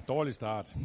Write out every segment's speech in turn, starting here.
dårlig start.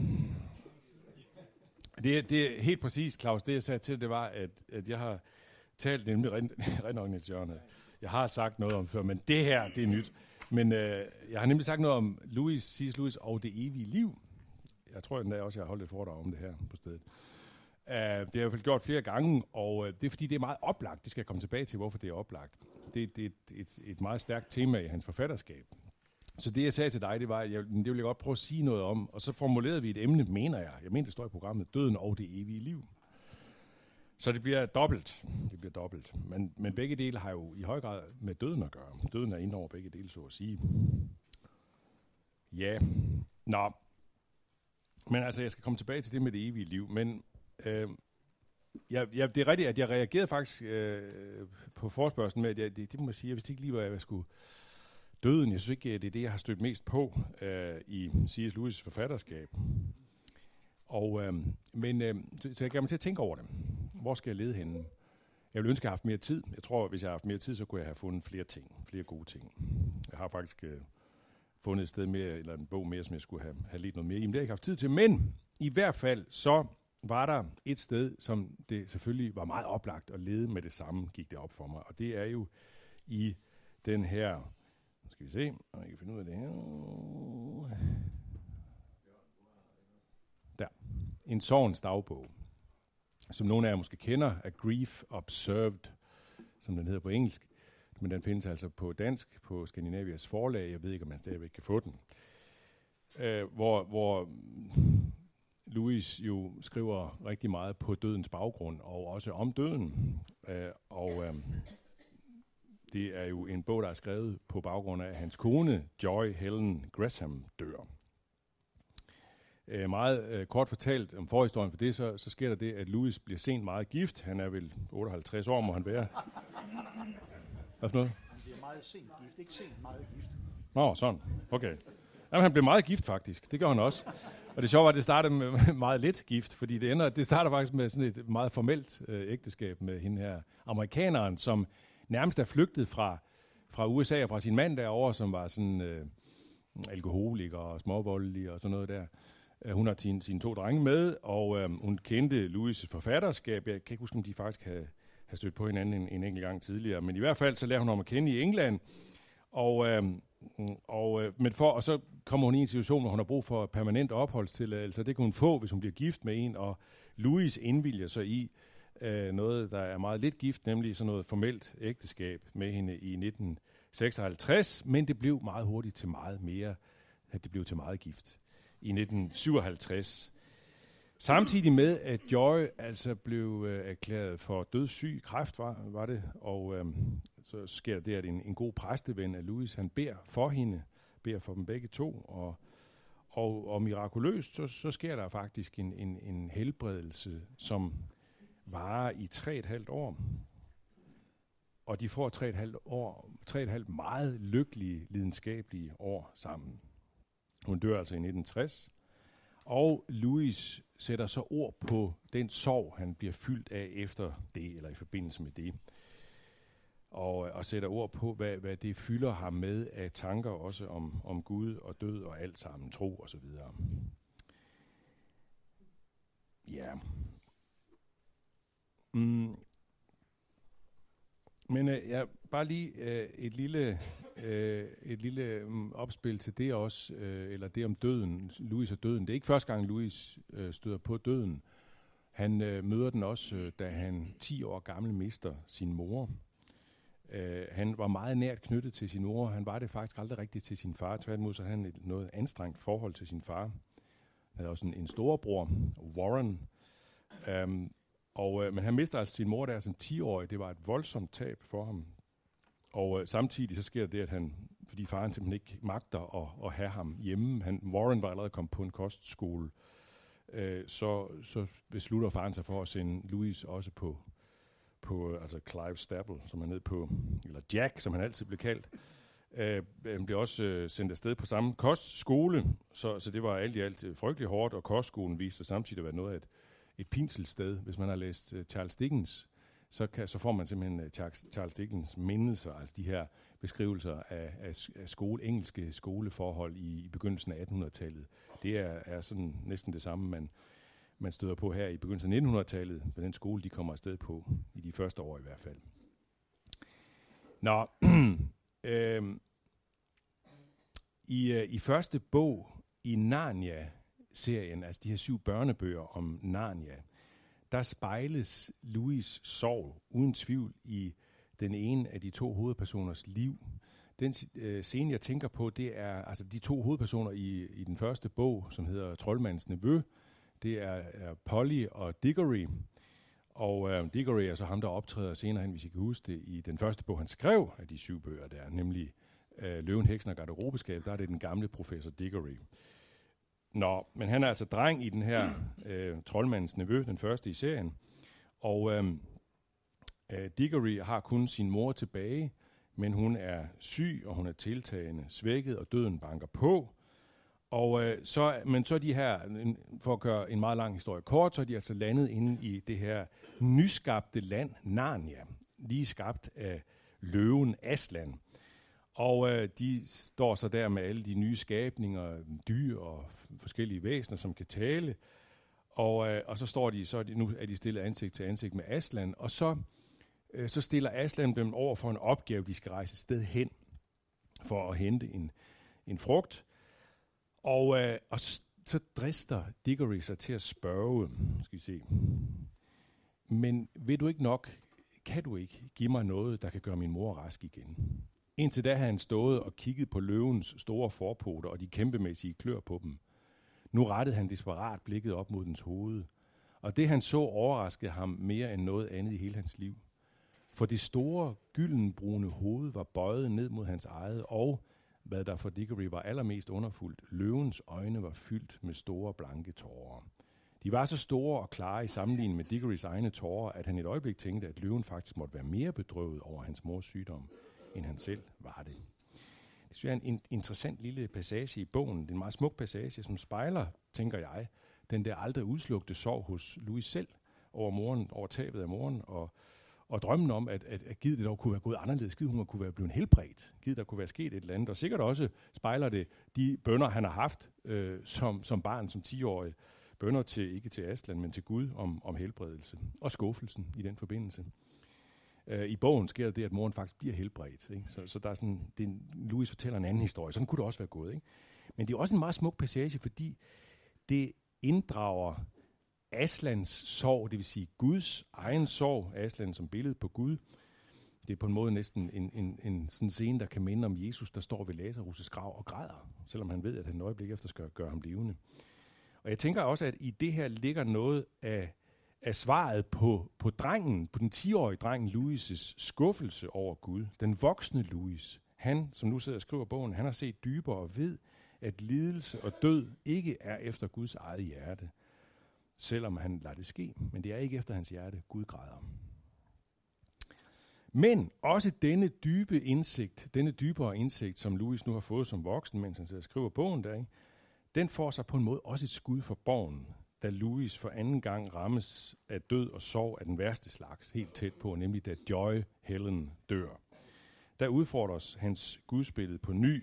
Det er helt præcis, Claus, det jeg sagde til, det var, at jeg har talt nemlig renorganisørerne. Jeg har sagt noget om før, men det her, det er nyt. Men jeg har nemlig sagt noget om C.S. Lewis og det evige liv. Jeg tror endda også, jeg har holdt et foredrag om det her på stedet. Det har jeg i hvert fald gjort flere gange, og det er fordi, det er meget oplagt. Det skal jeg komme tilbage til, hvorfor det er oplagt. Det er et meget stærkt tema i hans forfatterskab. Så det, jeg sagde til dig, det var, at det vil jeg godt prøve at sige noget om. Og så formulerede vi et emne, mener jeg. Jeg mener, det står i programmet, døden og det evige liv. Så det bliver dobbelt. Men begge dele har jo i høj grad med døden at gøre. Døden er inde over begge dele, så at sige. Ja. Nå. Men altså, jeg skal komme tilbage til det med det evige liv. Men det er rigtigt, at jeg reagerede faktisk på forespørgslen med, at det må jeg sige, jeg vidste ikke lige, hvad jeg skulle... Døden, jeg synes ikke, det er det, jeg har stødt mest på i C.S. Lewis' forfatterskab. Så jeg gav mig til at tænke over det. Hvor skal jeg lede henne? Jeg ville ønske, at jeg havde haft mere tid. Jeg tror, hvis jeg havde haft mere tid, så kunne jeg have fundet flere gode ting. Jeg har faktisk fundet et sted mere, eller en bog mere, som jeg skulle have lidt noget mere i. Men det har jeg ikke haft tid til. Men i hvert fald, så var der et sted, som det selvfølgelig var meget oplagt at lede med det samme, gik det op for mig. Og det er jo i den her... Skal vi se, om jeg kan finde ud af det her. Der. En sorgens dagbog, som nogle af jer måske kender, A Grief Observed, som den hedder på engelsk. Men den findes altså på dansk, på Skandinavias forlag. Jeg ved ikke, om man stadigvæk kan få den. Hvor Lewis jo skriver rigtig meget på dødens baggrund, og også om døden. Det er jo en bog, der er skrevet på baggrund af, at hans kone, Joy Helen Gresham, dør. Meget kort fortalt om forhistorien for det, så sker der det, at Lewis bliver sent meget gift. Han er vel 58 år, må han være. Hvad for noget? Han bliver meget sent gift, ikke sent meget gift. Nå, sådan. Okay. Jamen, han blev meget gift faktisk. Det gør han også. Og det sjove var, at det startede med meget lidt gift, fordi det starter faktisk med sådan et meget formelt ægteskab med hende her amerikaneren, som nærmest er flygtet fra USA og fra sin mand derovre, som var sådan alkoholiker og småvoldelig og sådan noget der. Hun har sine 2 drenge med, og hun kendte Lewis' forfatterskab. Jeg kan ikke huske, om de faktisk havde stødt på hinanden en enkelt gang tidligere, men i hvert fald så lærer hun om at kende i England. Og så kommer hun i en situation, hvor hun har brug for permanent opholdstilladelse. Det kan hun få, hvis hun bliver gift med en, og Lewis indvilger så i noget, der er meget lidt gift, nemlig sådan noget formelt ægteskab med hende i 1956, men det blev meget hurtigt til meget mere, at det blev til meget gift i 1957. Samtidig med, at Joy altså blev erklæret for dødssyg, kræft var det, og så sker det, at en god præsteven af Lewis, han beder for dem begge to, og mirakuløst, så sker der faktisk en helbredelse, som varer i 3,5 år. Og de får 3,5 meget lykkelige, lidenskabelige år sammen. Hun dør altså i 1960. Og Lewis sætter så ord på den sorg, han bliver fyldt af efter det, eller i forbindelse med det. Og sætter ord på, hvad det fylder ham med af tanker også om Gud og død og alt sammen, tro og så videre. Ja. Men bare lige et lille opspil til det også, eller det om døden, Lewis og døden. Det er ikke første gang, Lewis støder på døden. Han møder den også, da han 10 år gammel mister sin mor. Han var meget nært knyttet til sin mor. Han var det faktisk aldrig rigtigt til sin far. Tværtimod så havde han et noget anstrengt forhold til sin far. Han havde også en storebror, Warren. Men han mister altså sin mor der som 10-årig. Det var et voldsomt tab for ham. Og samtidig så sker det, at fordi faren simpelthen ikke magter at have ham hjemme. Warren var allerede kommet på en kostskole. Så beslutter faren sig for at sende Lewis også på altså Clive Stapel, som er nede på, eller Jack, som han altid blev kaldt. Han blev også sendt afsted på samme kostskole, så det var alt i alt frygtelig hårdt, og kostskolen viste sig samtidig at være noget af et pinselssted. Hvis man har læst Charles Dickens, så får man simpelthen Charles Dickens mindelser, altså de her beskrivelser af engelske skoleforhold i begyndelsen af 1800-tallet. Det er sådan næsten det samme, man støder på her i begyndelsen af 1900-tallet, på den skole, de kommer afsted på, i de første år i hvert fald. Nå, i første bog i Narnia-serien, altså de her 7 børnebøger om Narnia, der spejles Louis' sorg uden tvivl i den ene af de 2 hovedpersoners liv. Den scene, jeg tænker på, det er altså de 2 hovedpersoner i den første bog, som hedder Troldmandens Nevø. Det er Polly og Diggory. Og Diggory er så ham, der optræder senere hen, hvis I kan huske det, i den første bog, han skrev af de 7 bøger der, nemlig Løven, Heksen og Garderobeskab. Der er det den gamle professor Diggory. Nå, men han er altså dreng i den her Troldmandens Nevø, den første i serien. Og Diggory har kun sin mor tilbage, men hun er syg, og hun er tiltagende svækket, og døden banker på. Og så de her, for at gøre en meget lang historie kort, så er de altså landet inde i det her nyskabte land, Narnia, lige skabt af løven Aslan. Og de står så der med alle de nye skabninger, dyr og forskellige væsener, som kan tale. Og så står de, nu er de stillet ansigt til ansigt med Aslan, og så stiller Aslan dem over for en opgave, de skal rejse et sted hen for at hente en frugt. Og så drister Diggory sig til at spørge, skal vi se, men ved du ikke nok, kan du ikke give mig noget, der kan gøre min mor rask igen? Indtil da havde han stået og kigget på løvens store forpoter og de kæmpemæssige klør på dem. Nu rettede han desperat blikket op mod dens hoved, og det han så overraskede ham mere end noget andet i hele hans liv. For det store, gyldenbrune hoved var bøjet ned mod hans eget, og, hvad der for Diggory var allermest underfuldt, løvens øjne var fyldt med store, blanke tårer. De var så store og klare i sammenligning med Diggorys egne tårer, at han et øjeblik tænkte, at løven faktisk måtte være mere bedrøvet over hans mors sygdom, end han selv var det. Det synes jeg er en interessant lille passage i bogen. Det er en meget smuk passage, som spejler, tænker jeg, den der aldrig udslugte sorg hos Louis selv over tabet af moren, og drømmen om, at givet det dog kunne være gået anderledes, givet hun kunne være blevet helbredt, givet der kunne være sket et eller andet, og sikkert også spejler det de bønner, han har haft som barn, som 10-årig, bønner til, ikke til Aslan, men til Gud om helbredelse, og skuffelsen i den forbindelse. I bogen sker det, at moren faktisk bliver helbredt, ikke? Så der er sådan, Louis fortæller en anden historie, sådan kunne det også være gået, ikke? Men det er også en meget smuk passage, fordi det inddrager Aslans sorg, det vil sige Guds egen sorg, Aslan som billede på Gud. Det er på en måde næsten en sådan scene, der kan minde om Jesus, der står ved Lazarus' grav og græder, selvom han ved, at han et øjeblik efter skal gøre ham levende. Og jeg tænker også, at i det her ligger noget af svaret på drengen, på den 10-årige dreng Louis' skuffelse over Gud. Den voksne Louis, han, som nu sidder og skriver bogen, han har set dybere og ved, at lidelse og død ikke er efter Guds eget hjerte, selvom han lader det ske. Men det er ikke efter hans hjerte, Gud græder. Men også denne dybere indsigt, som Louis nu har fået som voksen, mens han sidder og skriver bogen der, ikke? Den får sig på en måde også et skud for borgen, da Louis for anden gang rammes af død og sorg af den værste slags, helt tæt på, nemlig da Joy Helen dør. Der udfordres hans gudsbillede på ny.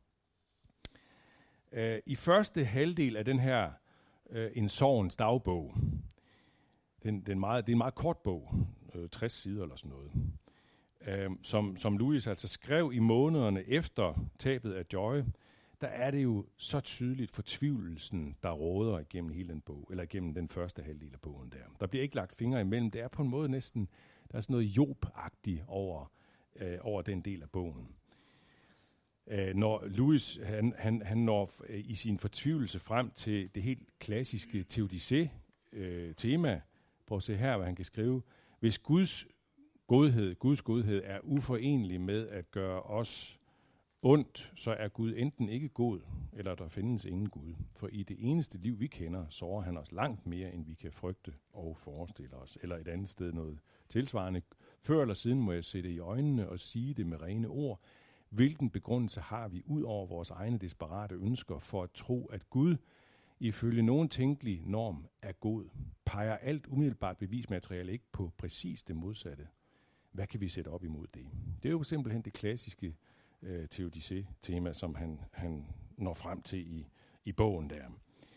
I første halvdel af den her En sorgens dagbog, det er en meget kort bog, 60 sider eller sådan noget, som Louis altså skrev i månederne efter tabet af Joy, der er det jo så tydeligt fortvivlelsen, der råder igennem hele den bog, eller igennem den første halvdel af bogen der. Der bliver ikke lagt fingre imellem. Det er på en måde næsten, der er sådan noget Job-agtigt over den del af bogen. Når Louis, han når i sin fortvivlelse frem til det helt klassiske Théodicée-tema, prøv at se her, hvad han kan skrive. Hvis Guds godhed er uforenelig med at gøre os ondt, så er Gud enten ikke god, eller der findes ingen Gud. For i det eneste liv, vi kender, sårer han os langt mere, end vi kan frygte og forestille os. Eller et andet sted noget tilsvarende. Før eller siden må jeg sætte i øjnene og sige det med rene ord. Hvilken begrundelse har vi ud over vores egne desperate ønsker for at tro, at Gud ifølge nogen tænkelig norm er god, peger alt umiddelbart bevismateriale ikke på præcis det modsatte. Hvad kan vi sætte op imod det? Det er jo simpelthen det klassiske Théodicée-tema, som han når frem til i bogen der.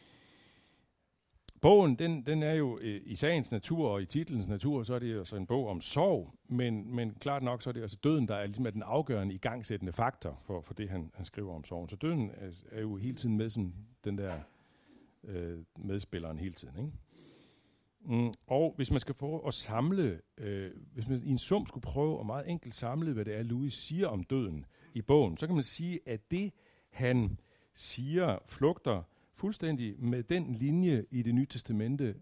Bogen, den er jo i sagens natur og i titelens natur, så er det jo så en bog om sorg, men klart nok, så er det altså døden, der er ligesom den afgørende igangsættende faktor for det, han skriver om sorgen. Så døden er jo hele tiden med som den der medspilleren hele tiden, ikke? Og hvis man skal prøve at samle, hvis man i en sum skulle prøve at meget enkelt samle, hvad det er, Lewis siger om døden i bogen, så kan man sige, at det, han siger, flugter fuldstændig med den linje i Det Nye Testamente,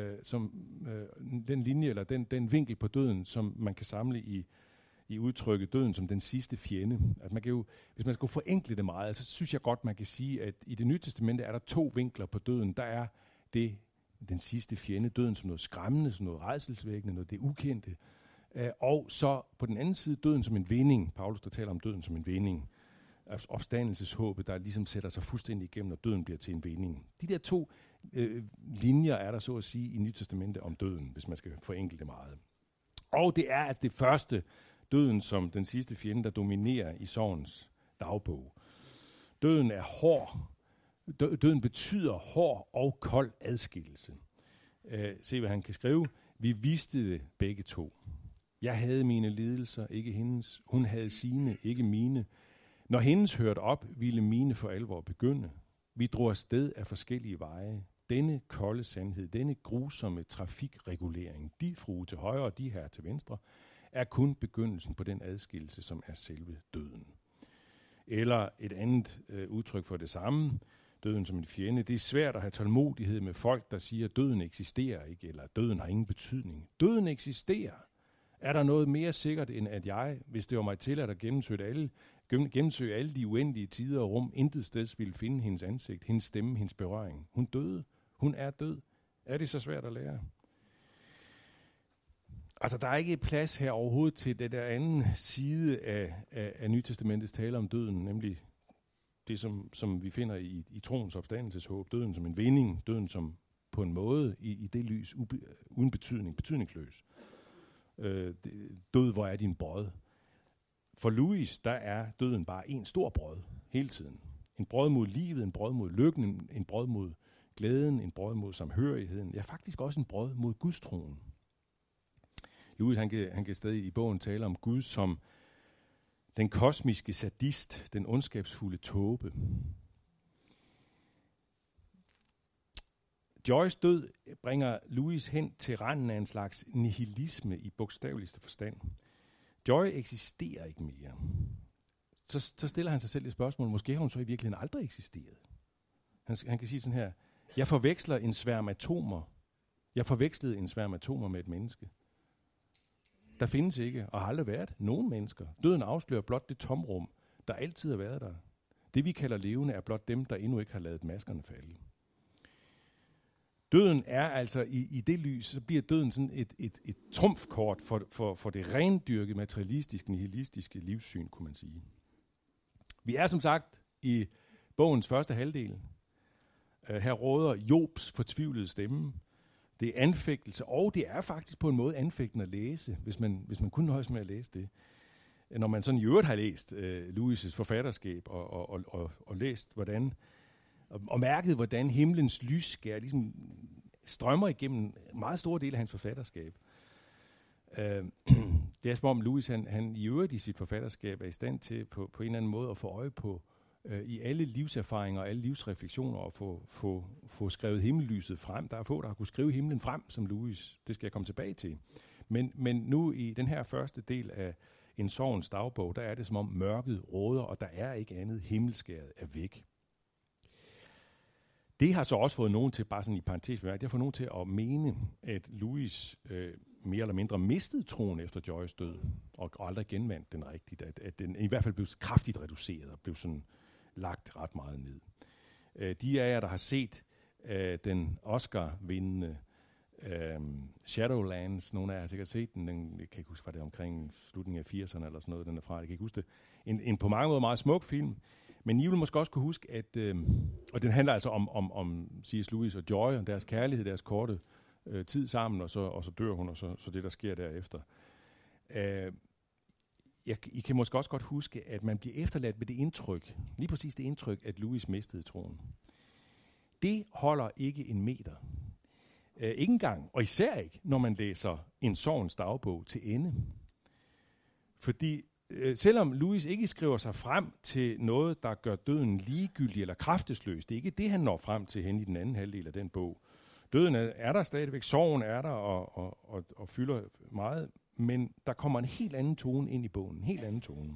den linje eller den vinkel på døden, som man kan samle i udtrykket døden som den sidste fjende. At man kan jo, hvis man skal forenkle det meget, så synes jeg godt, man kan sige, at i Det Nye Testamente er der 2 vinkler på døden. Der er det den sidste fjende, døden som noget skræmmende, som noget rædselsvækkende, noget det ukendte. Og så på den anden side døden som en vinding. Paulus, der taler om døden som en vinding. Opstandelseshåbet, der ligesom sætter sig fuldstændig igennem, når døden bliver til en vinding. De der 2 linjer er der så at sige i Nyt Testamente om døden, hvis man skal forenkle det meget. Og det er at det første, døden som den sidste fjende, der dominerer i sorgens dagbog. Døden er hård. Døden betyder hård og kold adskillelse. Se, hvad han kan skrive. Vi vidste det begge 2. Jeg havde mine lidelser, ikke hendes. Hun havde sine, ikke mine. Når hendes hørte op, ville mine for alvor begynde. Vi drog afsted af forskellige veje. Denne kolde sandhed, denne grusomme trafikregulering, de frue til højre og de her til venstre, er kun begyndelsen på den adskillelse, som er selve døden. Eller et andet udtryk for det samme, døden som en fjende. Det er svært at have tålmodighed med folk, der siger, at døden eksisterer ikke, eller døden har ingen betydning. Døden eksisterer. Er der noget mere sikkert, end at jeg, hvis det var mig til at gennemsøge alle de uendelige tider og rum, intet sted ville finde hendes ansigt, hendes stemme, hendes berøring. Hun døde. Hun er død. Er det så svært at lære? Altså, der er ikke plads her overhovedet til det der anden side af Nytestamentets tale om døden, nemlig det, som vi finder i troens opstandelseshåb. Døden som en vinding, døden som på en måde i det lys uden betydning, betydningsløs. Død, hvor er din brød? For Lewis, der er døden bare en stor brød hele tiden. En brød mod livet, en brød mod lykken, en brød mod glæden, en brød mod samhørigheden. Ja, faktisk også en brød mod gudstroen. Lewis, han kan stadig i bogen tale om Gud som den kosmiske sadist, den ondskabsfulde tåbe. Joyce død bringer Lewis hen til randen af en slags nihilisme i bogstaveligste forstand. Joy eksisterer ikke mere. Så stiller han sig selv et spørgsmål, måske har hun så i virkeligheden aldrig eksisteret. Han kan sige sådan her, jeg forvekslede en sværm atomer med et menneske. Der findes ikke og har aldrig været nogen mennesker. Døden afslører blot det tomrum, der altid har været der. Det vi kalder levende er blot dem, der endnu ikke har ladet maskerne falde. Døden er altså i det lys, så bliver døden sådan et trumfkort for det rendyrkede, materialistiske, nihilistiske livssyn, kunne man sige. Vi er som sagt i bogens første halvdel. Her råder Jobs fortvivlede stemme. Det er anfægtelse, og det er faktisk på en måde anfægtende at læse, hvis man kun nøjes med at læse det. Når man sådan i øvrigt har læst Lewis' forfatterskab og læst, hvordan og mærket, hvordan himlens lysskær ligesom strømmer igennem en meget stor del af hans forfatterskab. Det er som om Lewis, han i øvrigt i sit forfatterskab er i stand til på en eller anden måde at få øje på i alle livserfaringer og alle livsrefleksioner og få skrevet himmellyset frem. Der er få, der har kunnet skrive himlen frem som Lewis. Det skal jeg komme tilbage til. Men nu i den her første del af en sorgens dagbog, der er det som om mørket råder, og der er ikke andet. Himmelskæret er væk. Det har så også fået nogen til, bare sådan i parentes bemærket, det har fået nogen til at mene, at Lewis mere eller mindre mistede troen efter Joyce død, og aldrig genvandt den rigtigt. At den i hvert fald blev kraftigt reduceret og blev sådan lagt ret meget ned. De af jer, der har set den Oscar-vindende Shadowlands, nogle af jer har sikkert set den kan ikke huske, var det omkring slutningen af 80'erne eller sådan noget, den er fra, jeg kan ikke huske det. En på mange måder meget smuk film, Men I vil måske også kunne huske, at, og den handler altså om C.S. Lewis og Joy, og deres kærlighed, deres korte tid sammen, og så dør hun, og så det, der sker derefter. I kan måske også godt huske, at man bliver efterladt med det indtryk, lige præcis det indtryk, at Lewis mistede troen. Det holder ikke en meter. Ikke engang, og især ikke, når man læser en sorgens dagbog til ende. Fordi selvom Lewis ikke skriver sig frem til noget, der gør døden ligegyldig eller kraftesløs, det er ikke det, han når frem til hen i den anden halvdel af den bog. Døden er der stadigvæk, sorgen er der og fylder meget, men der kommer en helt anden tone ind i bogen, en helt anden tone.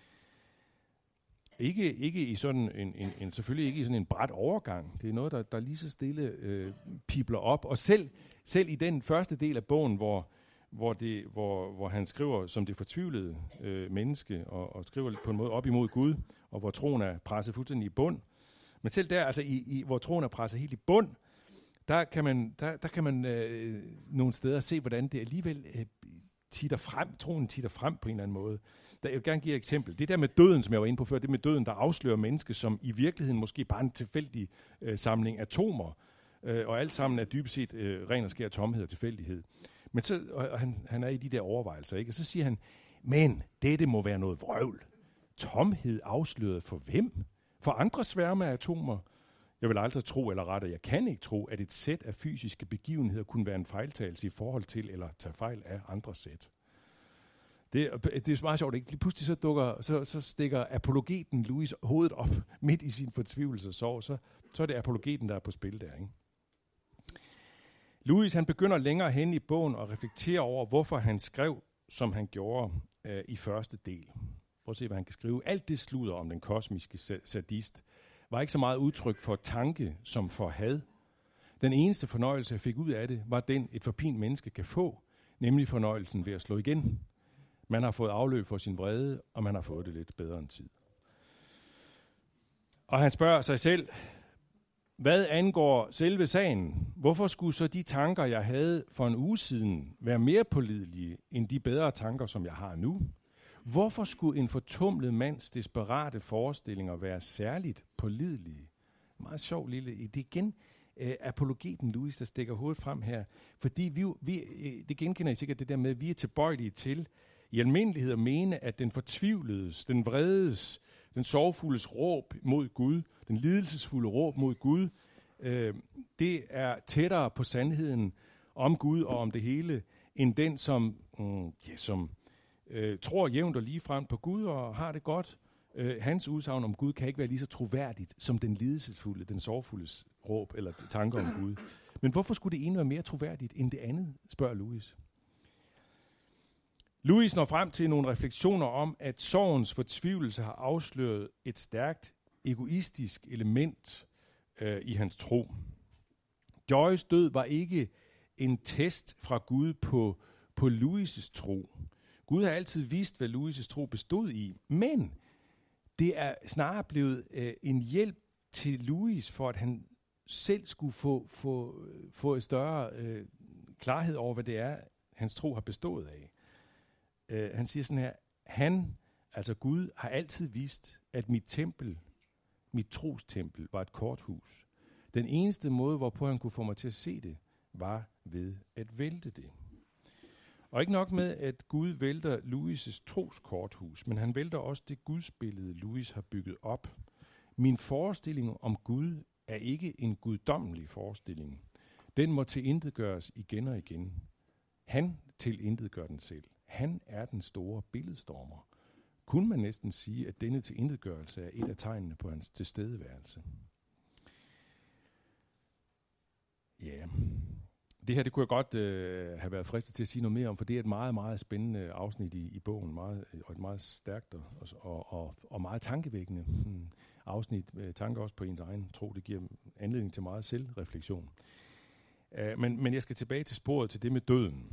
Ikke i sådan selvfølgelig ikke i sådan en brat overgang. Det er noget, der lige så stille pibler op. Og selv i den første del af bogen, hvor han skriver som det fortvivlede menneske, og skriver på en måde op imod Gud, og hvor troen er presset fuldstændig i bund. Men selv der, altså hvor troen er presset helt i bund, der kan man nogle steder se, hvordan det alligevel troen titter frem på en eller anden måde. Jeg vil gerne give et eksempel. Det der med døden, som jeg var inde på før, det med døden, der afslører mennesket, som i virkeligheden måske bare en tilfældig samling atomer, og alt sammen er dybest set ren og skær tomhed og tilfældighed. Men så, og han er i de der overvejelser, ikke? Og så siger han, men dette må være noget vrøvl. Tomhed afsløret for hvem? For andre sværme af atomer? Jeg vil aldrig tro, eller rettere, jeg kan ikke tro, at et sæt af fysiske begivenheder kunne være en fejltagelse i forhold til, eller tage fejl af andre sæt. Det er meget sjovt, ikke? Pludselig så stikker apologeten Lewis hovedet op midt i sin fortvivlelse og sorg, så er det apologeten, der er på spil der, ikke? Lewis, han begynder længere hen i bogen at reflektere over, hvorfor han skrev, som han gjorde i første del. Prøv at se, hvad han kan skrive. Alt det sludder om den kosmiske sadist var ikke så meget udtryk for tanke som for had. Den eneste fornøjelse, jeg fik ud af det, var den, et forpint menneske kan få, nemlig fornøjelsen ved at slå igen. Man har fået afløb for sin vrede, og man har fået det lidt bedre end tid. Og han spørger sig selv, hvad angår selve sagen, hvorfor skulle så de tanker, jeg havde for en uge siden, være mere pålidelige end de bedre tanker, som jeg har nu? Hvorfor skulle en fortumlet mands desperate forestillinger være særligt pålidelige? Meget sjov lille. Det er igen apologeten Lewis, der stikker hovedet frem her. Fordi det genkender I sikkert det der med, at vi er tilbøjelige til i almindelighed at mene, at den fortvivledes, den vredes, den sorgfuldes råb mod Gud, den lidelsesfulde råb mod Gud, det er tættere på sandheden om Gud og om det hele, end den, som tror jævnt og lige frem på Gud og har det godt. Hans udsagn om Gud kan ikke være lige så troværdigt som den lidelsesfulde, den sorgfuldes råb eller tanker om Gud. Men hvorfor skulle det ene være mere troværdigt end det andet, spørger Lewis. Lewis når frem til nogle refleksioner om, at sorgens fortvivlelse har afsløret et stærkt egoistisk element i hans tro. Joys død var ikke en test fra Gud på Lewis' tro. Gud har altid vidst, hvad Lewis' tro bestod i, men det er snarere blevet en hjælp til Lewis, for at han selv skulle få et større klarhed over, hvad det er, hans tro har bestået af. Han siger sådan her, altså Gud, har altid vidst, at mit trostempel var et korthus. Den eneste måde, hvorpå han kunne få mig til at se det, var ved at vælte det. Og ikke nok med, at Gud vælter Lewis' troskorthus, men han vælter også det gudsbillede, Lewis har bygget op. Min forestilling om Gud er ikke en guddommelig forestilling. Den må tilintetgøres igen og igen. Han tilintetgør den selv. Han er den store billedstormer. Kunne man næsten sige, at denne tilintetgørelse er et af tegnene på hans tilstedeværelse. Ja, det her det kunne jeg godt have været fristet til at sige noget mere om, for det er et meget, meget spændende afsnit i bogen, og et meget stærkt og meget tankevækkende afsnit. Tanker også på ens egen tro, det giver anledning til meget selvreflektion. Men jeg skal tilbage til sporet til det med døden.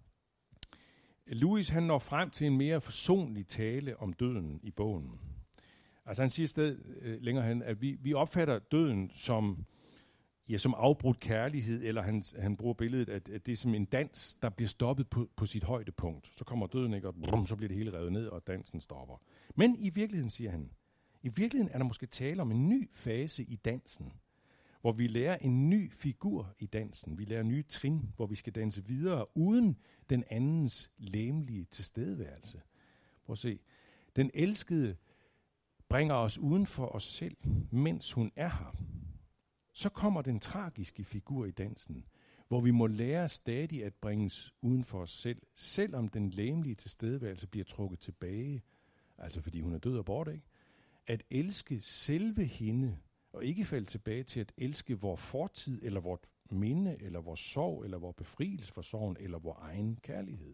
Lewis han når frem til en mere forsonlig tale om døden i bogen. Altså han siger et sted længere hen, at vi opfatter døden som afbrudt kærlighed, eller han bruger billedet, at det er som en dans, der bliver stoppet på sit højdepunkt. Så kommer døden, ikke, og så bliver det hele revet ned, og dansen stopper. Men i virkeligheden, siger han, I virkeligheden er der måske tale om en ny fase i dansen, hvor vi lærer en ny figur i dansen. Vi lærer nye trin, hvor vi skal danse videre uden den andens legemlige tilstedeværelse. Prøv at se. Den elskede bringer os uden for os selv, mens hun er her. Så kommer den tragiske figur i dansen, hvor vi må lære stadig at bringes uden for os selv, selvom den legemlige tilstedeværelse bliver trukket tilbage, altså fordi hun er død og borte, ikke? At elske selve hende, og ikke falde tilbage til at elske vor fortid, eller vort minde, eller vores sorg, eller vor befrielse fra sorgen, eller vor egen kærlighed.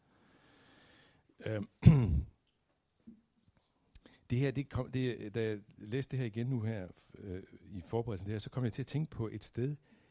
Det her, da jeg læste det her igen nu her, i forberedelsen det her, så kom jeg til at tænke på et sted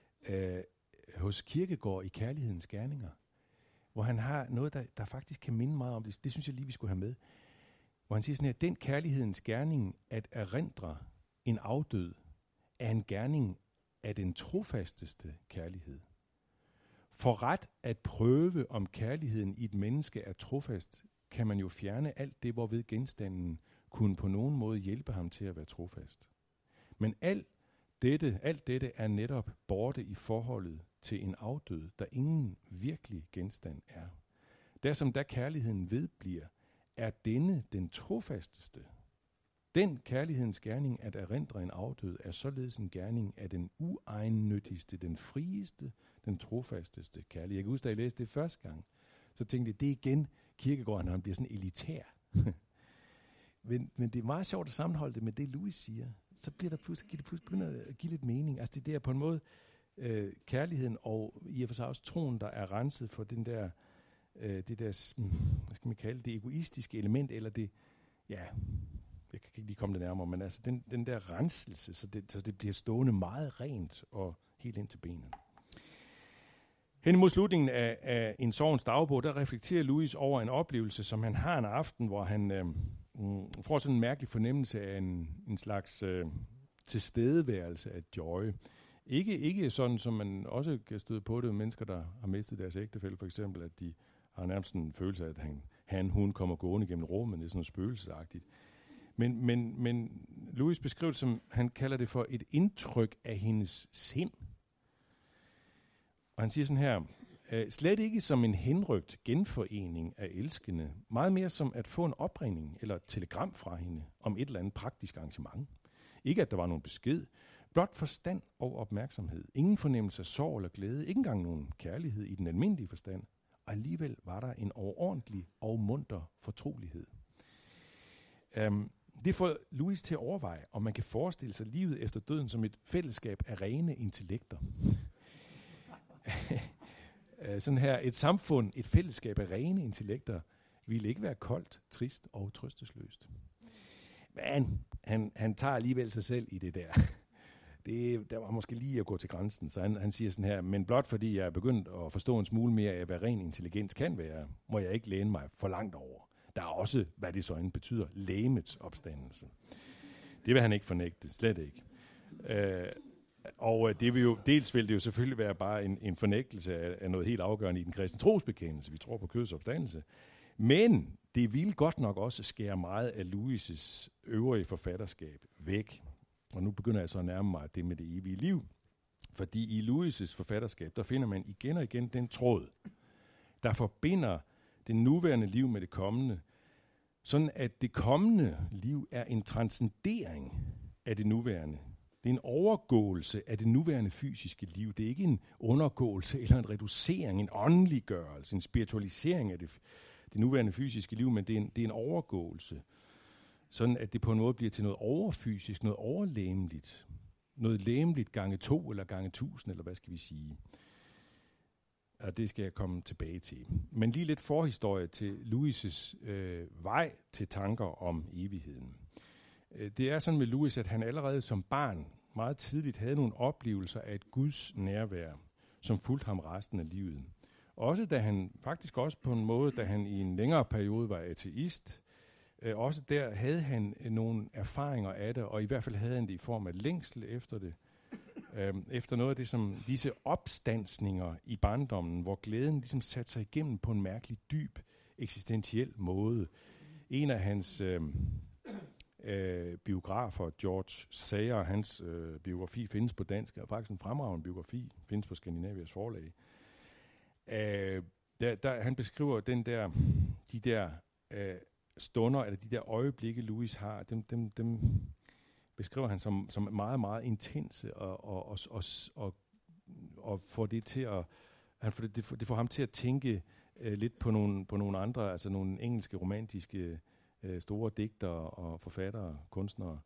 hos Kierkegaard i Kærlighedens Gerninger, hvor han har noget, der faktisk kan minde meget om det. Det synes jeg lige, vi skulle have med. Hvor han siger sådan her, den kærlighedens gerning at erindre en afdød er en gerning af den trofasteste kærlighed. For ret at prøve, om kærligheden i et menneske er trofast, kan man jo fjerne alt det, hvorved genstanden kunne på nogen måde hjælpe ham til at være trofast. Men alt dette er netop borte i forholdet til en afdød, der ingen virkelig genstand er. Der som da kærligheden vedbliver, er denne den trofasteste. Den kærlighedens gerning at erindre en afdød er således en gerning af den uegennyttigste, den frieste, den trofasteste kærlighed. Jeg kan huske, da jeg læste det første gang, så tænkte jeg, det er igen Kierkegaard, når han bliver sådan elitær. men det er meget sjovt at sammenholde det med det, Louis siger. Så bliver der pludselig begynder at give lidt mening. Altså det der på en måde kærligheden og i og for sig også troen, der er renset for den der, det der, hvad skal man kalde det, egoistiske element, eller det, ja, jeg kan ikke lige komme det nærmere, men altså den der renselse, så det bliver stående meget rent og helt ind til benet. Hen imod slutningen af En sorgens dagbog, der reflekterer Louis over en oplevelse, som han har en aften, hvor han får sådan en mærkelig fornemmelse af en slags tilstedeværelse af joy. Ikke sådan, som man også kan støde på det, mennesker, der har mistet deres ægtefælle, for eksempel, at de har nærmest en følelse af, at hun kommer gående gennem rummet, det er sådan noget spøgelsesagtigt. Men Louis beskriver det som, han kalder det for et indtryk af hendes sind. Og han siger sådan her, slet ikke som en henrygt genforening af elskende, meget mere som at få en opringning eller et telegram fra hende om et eller andet praktisk arrangement. Ikke at der var nogen besked, blot forstand og opmærksomhed. Ingen fornemmelse af sorg eller glæde, ikke engang nogen kærlighed i den almindelige forstand. Og alligevel var der en overordentlig og munter fortrolighed. Det får Louis til at overveje, om man kan forestille sig livet efter døden som et fællesskab af rene intellekter. Sådan her, et samfund, et fællesskab af rene intellekter, ville ikke være koldt, trist og trøstesløst. Men han tager alligevel sig selv i det der. Der var måske lige at gå til grænsen, så han siger sådan her, men blot fordi jeg er begyndt at forstå en smule mere af, hvad ren intelligens kan være, må jeg ikke læne mig for langt over. Der er også, hvad det så end betyder, legemets opstandelse. Det vil han ikke fornægte, slet ikke. Og det vil jo, dels vil det jo selvfølgelig være bare en fornægtelse af noget helt afgørende i den kristne trosbekendelse. Vi tror på kødets opstandelse. Men det vil godt nok også skære meget af Louis' øvrige forfatterskab væk. Og nu begynder jeg så at nærme mig det med det evige liv. Fordi i Louis' forfatterskab, der finder man igen og igen den tråd, der forbinder det nuværende liv med det kommende, sådan at det kommende liv er en transcendering af det nuværende. Det er en overgåelse af det nuværende fysiske liv. Det er ikke en undergåelse eller en reducering, en åndeliggørelse, en spiritualisering af det nuværende fysiske liv, men det er en overgåelse. Sådan at det på en måde bliver til noget overfysisk, noget overlæmeligt. Noget læmeligt gange 2 eller gange 1000, eller hvad skal vi sige. Og det skal jeg komme tilbage til. Men lige lidt forhistorie til Louis' vej til tanker om evigheden. Det er sådan med Louis, at han allerede som barn meget tidligt havde nogle oplevelser af et Guds nærvær, som fulgte ham resten af livet. Også da han, faktisk også på en måde, da han i en længere periode var ateist, også der havde han nogle erfaringer af det, og i hvert fald havde han det i form af længsel efter det. Efter noget af det, som disse opstandsninger i barndommen, hvor glæden ligesom satte sig igennem på en mærkelig dyb, eksistentiel måde. En af hans biografer. George Sayer, hans biografi findes på dansk, og faktisk en fremragende biografi, findes på Skandinavias forlag. Han beskriver de der stunder, eller de der øjeblikke, Lewis har, dem beskriver han som meget, meget intense, og får det til at, det får ham til at tænke lidt på nogle andre, altså nogle engelske romantiske store digtere og forfattere, kunstnere,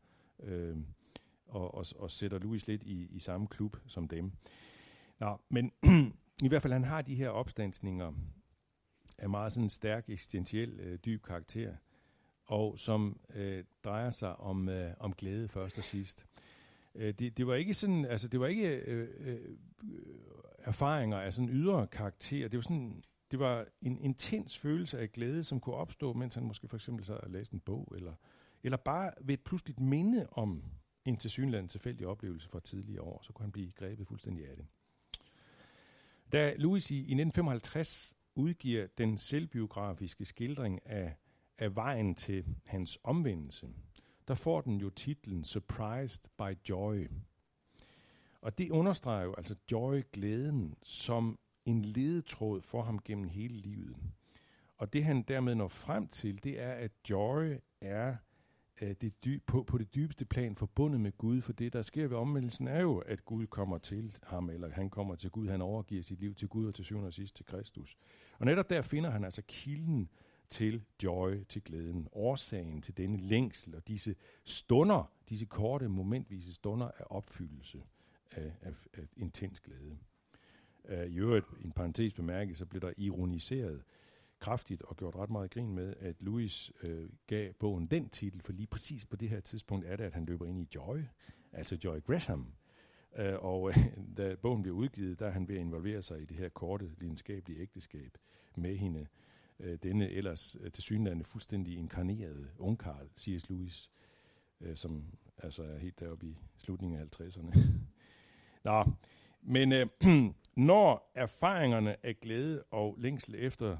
og sætter Lewis lidt i samme klub som dem. Nå, men i hvert fald han har de her opstandsninger af meget sådan stærk eksistentiel dyb karakter, og som drejer sig om glæde først og sidst. Det var ikke sådan, altså det var ikke erfaringer af sådan ydre karakter. Det var en intens følelse af glæde, som kunne opstå, mens han måske for eksempel sad og læste en bog, eller bare ved et pludseligt minde om en tilsyneladende tilfældig oplevelse fra tidligere år, så kunne han blive grebet fuldstændig af det. Da Lewis i 1955 udgiver den selvbiografiske skildring af vejen til hans omvendelse, der får den jo titlen Surprised by Joy. Og det understreger jo altså joy, glæden, som en ledetråd for ham gennem hele livet. Og det han dermed når frem til, det er, at joy er på det dybeste plan forbundet med Gud, for det, der sker ved omvendelsen, er jo, at Gud kommer til ham, eller han kommer til Gud, han overgiver sit liv til Gud, og til syvende og sidst til Kristus. Og netop der finder han altså kilden til joy, til glæden, årsagen til denne længsel, og disse stunder, disse korte, momentvise stunder af opfyldelse af intens glæde. I øvrigt, en parentes bemærket, så blev der ironiseret kraftigt og gjort ret meget grin med, at Lewis gav bogen den titel, for lige præcis på det her tidspunkt er det, at han løber ind i Joy, altså Joy Gresham. Da bogen bliver udgivet, der er han ved at involvere sig i det her korte, lidenskabelige ægteskab med hende, denne ellers tilsyneladende fuldstændig inkarnerede ungkarl, C.S. Lewis, som altså er helt deroppe i slutningen af 50'erne. Nå, men når erfaringerne af glæde og længsel efter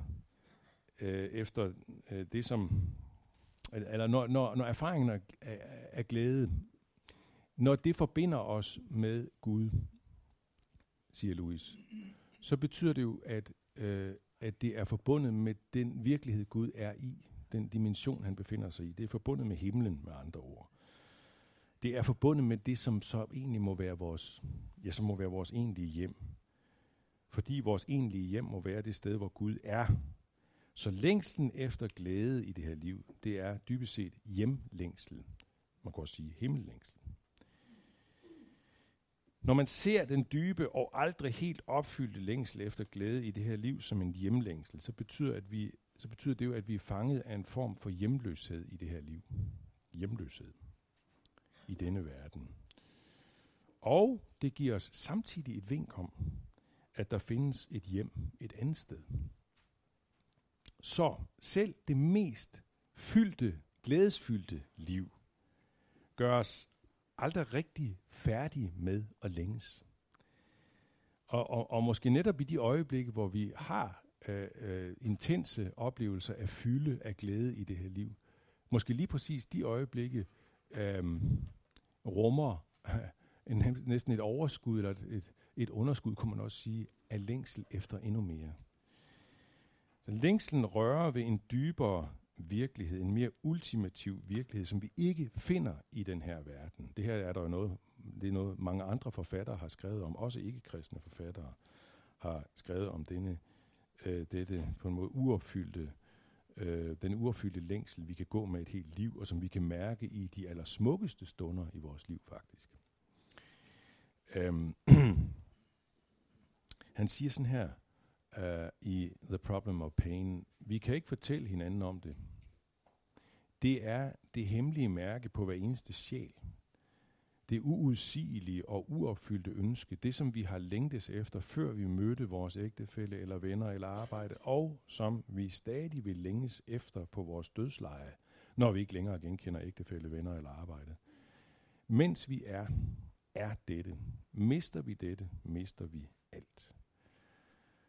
det som, eller når erfaringerne af glæde, når det forbinder os med Gud, siger Lewis, så betyder det jo, at det er forbundet med den virkelighed, Gud er i, den dimension, han befinder sig i. Det er forbundet med himlen, med andre ord. Det er forbundet med det, som så egentlig må være vores egentlige hjem. Fordi vores egentlige hjem må være det sted, hvor Gud er. Så længslen efter glæde i det her liv, det er dybest set hjemlængsel. Man kan også sige himmellængsel. Når man ser den dybe og aldrig helt opfyldte længsel efter glæde i det her liv som en hjemlængsel, så betyder det jo, at vi er fanget af en form for hjemløshed i det her liv. Hjemløshed i denne verden. Og det giver os samtidig et vink om, at der findes et hjem et andet sted. Så selv det mest glædesfyldte liv gør os aldrig rigtig færdige med at længes. Og måske netop i de øjeblikke, hvor vi har intense oplevelser af fylde af glæde i det her liv, måske lige præcis de øjeblikke rummer næsten et overskud, eller et underskud, kunne man også sige, af længsel efter endnu mere. Så længslen rører ved en dybere virkelighed, en mere ultimativ virkelighed, som vi ikke finder i den her verden. Det her er der jo noget mange andre forfattere har skrevet om, også ikke-kristne forfattere har skrevet om dette på en måde den uopfyldte længsel, vi kan gå med et helt liv, og som vi kan mærke i de allersmukkeste stunder i vores liv faktisk. Han siger sådan her i The Problem of Pain: vi kan ikke fortælle hinanden om det. Det er det hemmelige mærke på hver eneste sjæl. Det uudsigelige og uopfyldte ønske, det som vi har længtes efter, før vi mødte vores ægtefælle eller venner eller arbejde, og som vi stadig vil længes efter på vores dødsleje, når vi ikke længere genkender ægtefælle, venner eller arbejde. Mens vi er dette. Mister vi dette, mister vi alt.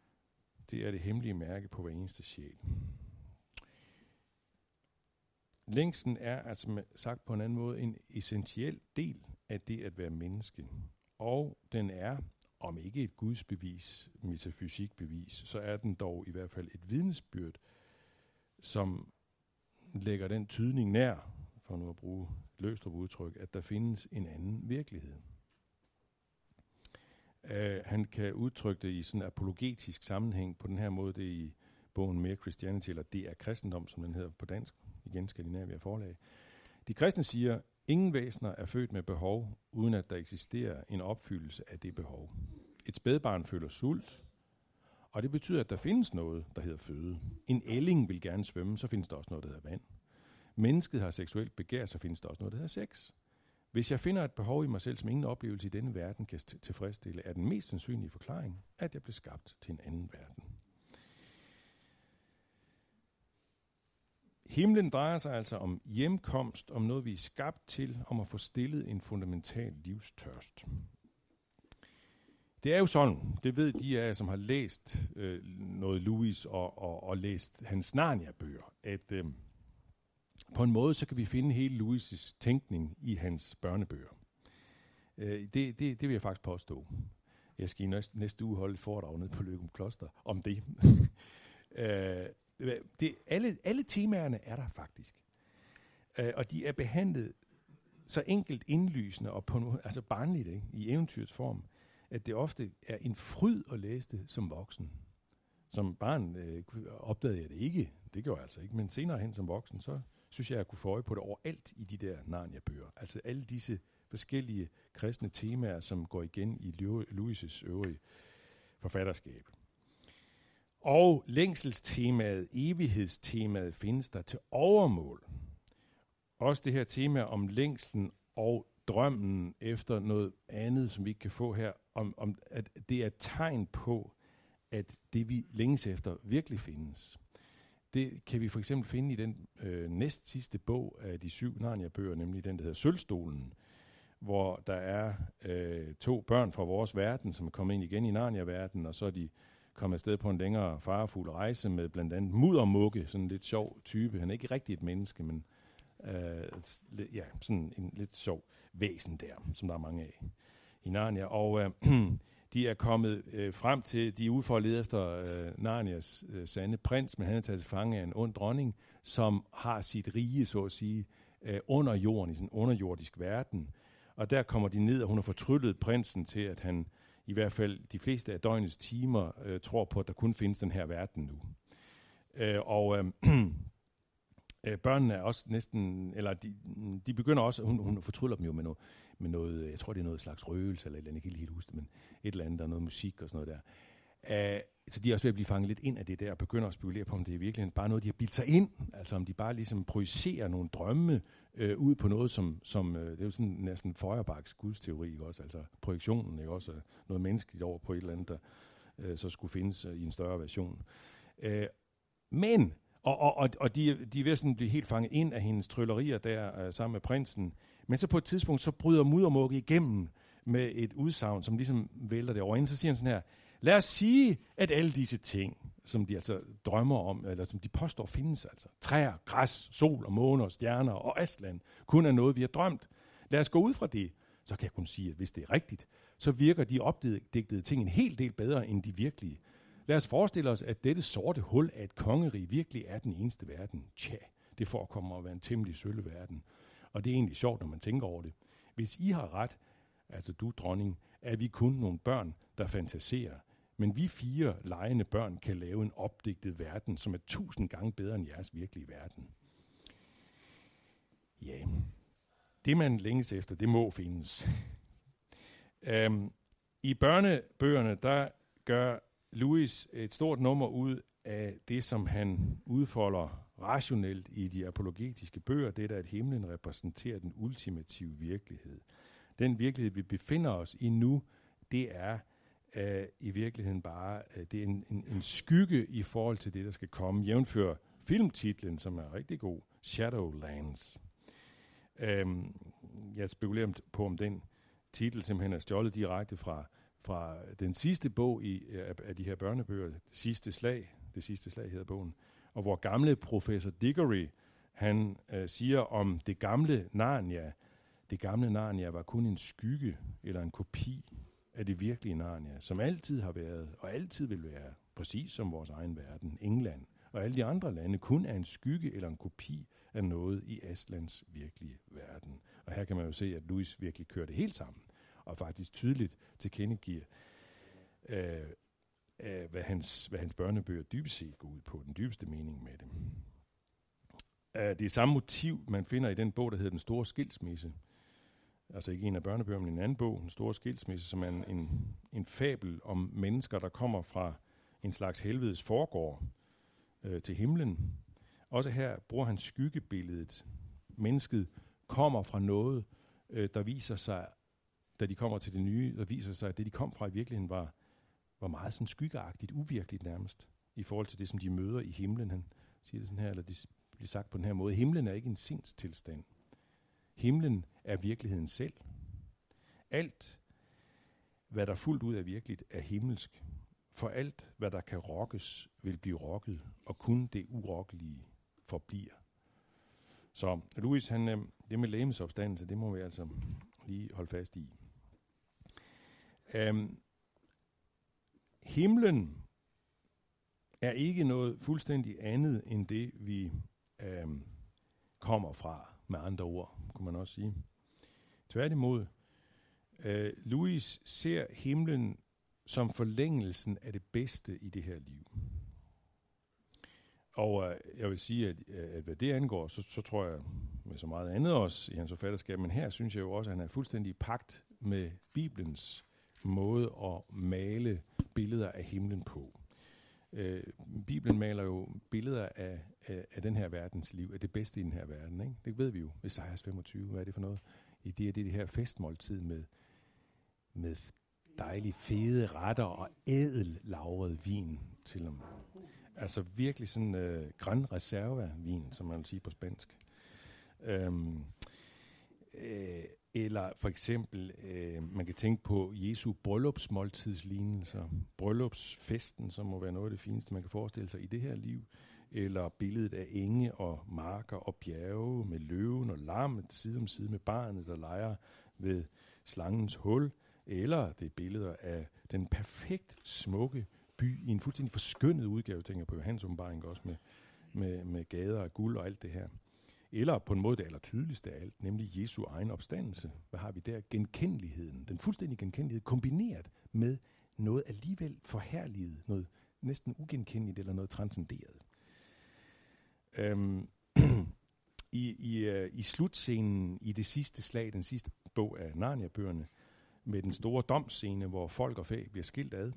Det er det hemmelige mærke på hver eneste sjæl. Længslen er, altså sagt på en anden måde, en essentiel del af det at være menneske. Og den er, om ikke et gudsbevis, metafysikbevis, så er den dog i hvert fald et vidnesbyrd, som lægger den tydning nær, for nu at bruge Løgstrup udtryk, at der findes en anden virkelighed. Han kan udtrykke det i sådan en apologetisk sammenhæng på den her måde, det er i bogen Mere Christianity, eller Det er kristendom, som den hedder på dansk, igen Skandinavia forlag. De kristne siger, ingen væsener er født med behov, uden at der eksisterer en opfyldelse af det behov. Et spædbarn føler sult, og det betyder, at der findes noget, der hedder føde. En ælling vil gerne svømme, så findes der også noget, der hedder vand. Mennesket har seksuelt begær, så findes der også noget, der hedder sex. Hvis jeg finder et behov i mig selv, som ingen oplevelse i denne verden kan tilfredsstille, er den mest sandsynlige forklaring, at jeg blev skabt til en anden verden. Himlen drejer sig altså om hjemkomst, om noget, vi er skabt til, om at få stillet en fundamental livstørst. Det er jo sådan, det ved de af jer, som har læst noget Lewis og læst hans Narnia-bøger, at på en måde, så kan vi finde hele Lewis' tænkning i hans børnebøger. Det vil jeg faktisk påstå. Jeg skal i næste uge holde et foredrag nede på Løgum Kloster om det. Alle temaerne er der faktisk. Og de er behandlet så enkelt indlysende og på altså barnligt, ikke? I eventyrets form, at det ofte er en fryd at læse det som voksen. Som barn opdagede jeg det ikke. Det gjorde jeg altså ikke. Men senere hen som voksen, så synes jeg kunne få øje på det overalt i de der Narnia-bøger. Altså alle disse forskellige kristne temaer, som går igen i Lewis' øvrige forfatterskab. Og længselstemaet, evighedstemaet findes der til overmål. Også det her tema om længslen og drømmen efter noget andet, som vi ikke kan få her, om at det er et tegn på, at det vi længes efter virkelig findes. Det kan vi for eksempel finde i den næst sidste bog af de 7 Narnia-bøger, nemlig den, der hedder Sølvstolen, hvor der er 2 børn fra vores verden, som er kommet ind igen i Narnia-verdenen, og så er de kommet afsted på en længere farefuld rejse med blandt andet Muddermugge, sådan en lidt sjov type. Han er ikke rigtig et menneske, men sådan en lidt sjov væsen der, som der er mange af i Narnia. Og de er kommet frem til, de er ude for at lede efter Narnias sande prins, men han er taget til fange af en ond dronning, som har sit rige, så at sige, under jorden, i sådan en underjordisk verden. Og der kommer de ned, og hun har fortryllet prinsen til, at han i hvert fald de fleste af døgnets timer tror på, at der kun findes den her verden nu. Børnene er også næsten, eller de begynder også, hun fortryller dem jo med noget, jeg tror det er noget slags røgelse, eller et eller andet, jeg kan ikke helt huske det, men et eller andet, der er noget musik og sådan noget der. Så de er også ved at blive fanget lidt ind af det der, og begynder at spekulere på, om det er virkelig bare noget, de har bildt sig ind, altså om de bare ligesom projicerer nogle drømme ud på noget, som det er jo sådan næsten Feuerbachs gudsteori, ikke også, altså projektionen, ikke også, noget menneskeligt over på et eller andet, der så skulle findes i en større version. Men Og de er ved at blive helt fanget ind af hendes tryllerier der sammen med prinsen. Men så på et tidspunkt, så bryder Muddermugge igennem med et udsagn, som ligesom vælter det over ind. Så siger han sådan her, lad os sige, at alle disse ting, som de altså drømmer om, eller som de påstår findes, altså træer, græs, sol og måner, stjerner og Aslan, kun er noget, vi har drømt. Lad os gå ud fra det. Så kan jeg kun sige, at hvis det er rigtigt, så virker de opdigtede ting en hel del bedre end de virkelige. Lad os forestille os, at dette sorte hul af et kongerige virkelig er den eneste verden. Tja, det forekommer at være en temmelig sølle verden. Og det er egentlig sjovt, når man tænker over det. Hvis I har ret, altså du, dronning, er vi kun nogle børn, der fantaserer. Men vi 4 legende børn kan lave en opdigtet verden, som er 1000 gange bedre end jeres virkelige verden. Ja, det man længes efter, det må findes. I børnebøgerne, der gør Lewis et stort nummer ud af det, som han udfolder rationelt i de apologetiske bøger, det der, at himlen repræsenterer den ultimative virkelighed. Den virkelighed, vi befinder os i nu, det er i virkeligheden bare det er en skygge i forhold til det, der skal komme. Jævnfør filmtitlen, som er rigtig god, Shadowlands. Jeg spekulerer på, om den titel simpelthen er stjålet direkte fra den sidste bog af de her børnebøger, Det sidste slag hedder bogen, og hvor gamle professor Diggory Han siger om det gamle Narnia var kun en skygge eller en kopi af det virkelige Narnia, som altid har været og altid vil være, præcis som vores egen verden, England og alle de andre lande, kun er en skygge eller en kopi af noget i Aslans virkelige verden. Og her kan man jo se, at Lewis virkelig kører det helt sammen, og faktisk tydeligt tilkendegiver, hvad hans børnebøger dybest set går ud på, den dybeste mening med det. Det er samme motiv, man finder i den bog, der hedder Den Store Skilsmisse. Altså ikke en af børnebøgerne, men en anden bog, Den Store Skilsmisse, som er en fabel om mennesker, der kommer fra en slags helvedes forgård til himlen. Også her bruger han skyggebilledet. Mennesket kommer fra noget, der viser sig, da de kommer til det nye, der viser sig, at det, de kom fra i virkeligheden, var meget sådan skyggeagtigt, uvirkeligt nærmest, i forhold til det, som de møder i himlen. Han siger det sådan her, eller det bliver sagt på den her måde. Himlen er ikke en sindstilstand. Himlen er virkeligheden selv. Alt, hvad der fuldt ud er virkeligt, er himmelsk. For alt, hvad der kan rokkes, vil blive rokket, og kun det urokkelige forbliver. Så Lewis, det med legemsopstandelse, det må vi altså lige holde fast i. Himlen er ikke noget fuldstændig andet end det, vi kommer fra, med andre ord, kunne man også sige. Tværtimod, Lewis ser himlen som forlængelsen af det bedste i det her liv. Og jeg vil sige, at hvad det angår, så tror jeg med så meget andet også i hans forfatterskab, men her synes jeg jo også, at han er fuldstændig i pagt med Bibelens måde at male billeder af himlen på. Bibelen maler jo billeder af den her verdens liv, af det bedste i den her verden. Ikke? Det ved vi jo. Esajas 25, hvad er det for noget? Det er det her festmåltid med dejlige fede retter og ædellagret vin til dem. Altså virkelig sådan Gran Reserva-vin, som man vil sige på spansk. Eller for eksempel, man kan tænke på Jesu bryllupsmåltidslignelser, bryllupsfesten, som må være noget af det fineste, man kan forestille sig i det her liv, eller billedet af enge og marker og bjerge med løven og lammet side om side med barnet, der leger ved slangens hul, eller det er billeder af den perfekt smukke by i en fuldstændig forskønnet udgave, tænker på Johannes åbenbaring også med gader af guld og alt det her. Eller på en måde det allertydeligste af alt, nemlig Jesu egen opstandelse. Hvad har vi der? Genkendeligheden, den fuldstændige genkendelighed, kombineret med noget alligevel forherliget, noget næsten ugenkendeligt eller noget transcenderet. I slutscenen i det sidste slag, den sidste bog af Narnia-bøgerne, med den store domsscene, hvor folk og fæ bliver skilt ad,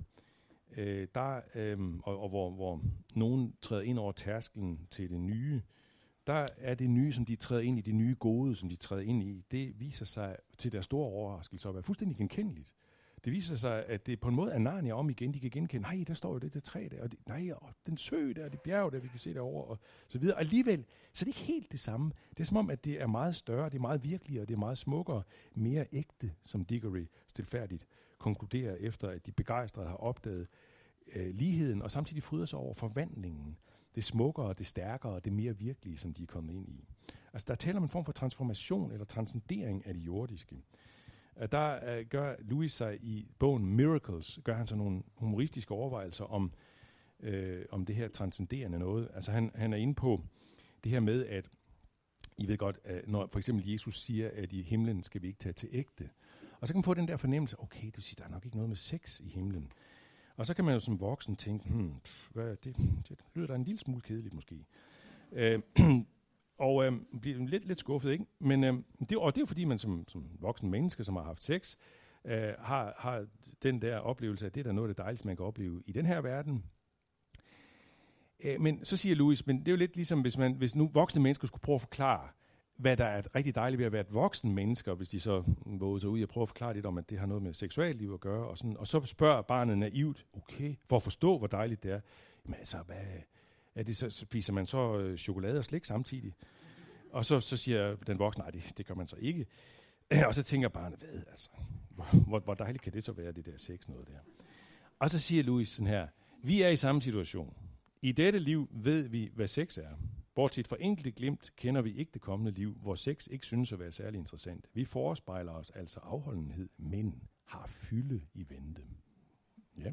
hvor nogen træder ind over tærsklen til det nye, der er det nye, som de træder ind i, det nye gode, som de træder ind i, det viser sig til deres store overraskelse at være fuldstændig genkendeligt. Det viser sig, at det på en måde er Narnia om igen, de kan genkende, nej, der står jo det træ der, og den sø der, det bjerg der, vi kan se derovre, og så videre. Alligevel, så er det ikke helt det samme. Det er som om, at det er meget større, det er meget virkeligere, det er meget smukkere, mere ægte, som Diggory stilfærdigt konkluderer efter, at de begejstrede har opdaget ligheden, og samtidig fryder sig over forvandlingen. Det smukkere, det stærkere, det mere virkelige, som de er kommet ind i. Altså, der taler man en form for transformation eller transcendering af det jordiske. Der gør Lewis sig i bogen Miracles, gør han så nogle humoristiske overvejelser om det her transcenderende noget. Altså, han er inde på det her med, at I ved godt, at når for eksempel Jesus siger, at i himlen skal vi ikke tage til ægte. Og så kan man få den der fornemmelse, okay, du siger, der er nok ikke noget med sex i himlen. Og så kan man jo som voksen tænke, det lyder da en lille smule kedeligt måske. Og bliver lidt skuffet, ikke? Men det er jo fordi, man som voksen menneske, som har haft sex, har den der oplevelse, at det er noget af det dejligste, man kan opleve i den her verden. Men så siger Lewis, men det er jo lidt ligesom, hvis nu voksne mennesker skulle prøve at forklare, hvad der er rigtig dejligt ved at være et voksen menneske, hvis de så våger sig ud og prøver at forklare lidt om, at det har noget med seksualliv at gøre, og så spørger barnet naivt, okay, for at forstå, hvor dejligt det er. Men altså, hvad er det så, spiser man så chokolade og slik samtidig? Og så siger den voksne, nej, det gør man så ikke. Og så tænker barnet, hvad altså, hvor dejligt kan det så være, det der sex noget der. Og så siger Lewis sådan her, vi er i samme situation. I dette liv ved vi, hvad sex er. Bortset fra enkelte glimt kender vi ikke det kommende liv, hvor sex ikke synes at være særlig interessant. Vi forespejler os altså afholdenhed, men har fylde i vente. Ja.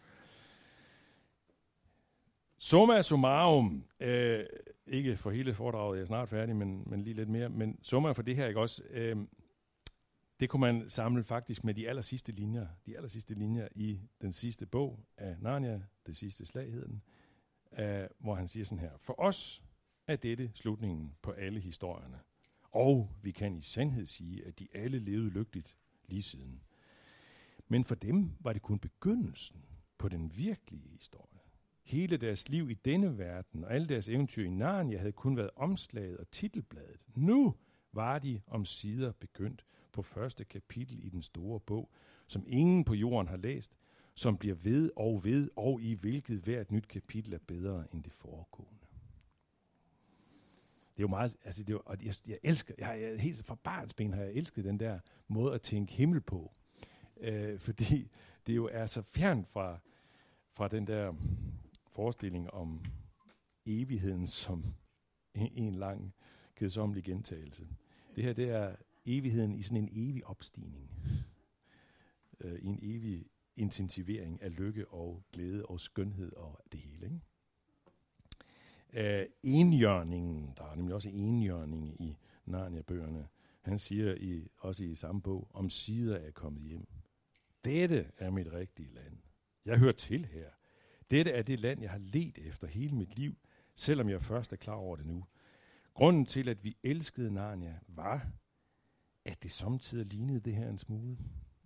Summa summarum, ikke for hele foredraget, jeg er snart færdig, men lige lidt mere, men summa for det her, ikke også, det kunne man samle faktisk med de aller sidste linjer i den sidste bog af Narnia, Det sidste slag hed den, hvor han siger sådan her: For os er dette slutningen på alle historierne, og vi kan i sandhed sige, at de alle levede lykkeligt lige siden. Men for dem var det kun begyndelsen på den virkelige historie. Hele deres liv i denne verden og alle deres eventyr i Narnia havde kun været omslaget og titelbladet. Nu var de omsider begyndt på første kapitel i den store bog, som ingen på jorden har læst, som bliver ved, og i hvilket hvert nyt kapitel er bedre end det foregående. Det er jo meget, altså det er jo, og jeg elsker, jeg helt fra barnsben har jeg elsket den der måde at tænke himmel på, fordi det jo er så fjernt fra den der forestilling om evigheden som en lang kedsommelig gentagelse. Det her, det er evigheden i sådan en evig opstigning, i en evig intensivering af lykke og glæde og skønhed og det hele, ikke? Enhjørningen, der er nemlig også enhjørning i Narnia-bøgerne. Han siger også i samme bog, om sider er kommet hjem. Dette er mit rigtige land. Jeg hører til her. Dette er det land, jeg har ledt efter hele mit liv, selvom jeg først er klar over det nu. Grunden til, at vi elskede Narnia, var, at det samtidig lignede det her en smule.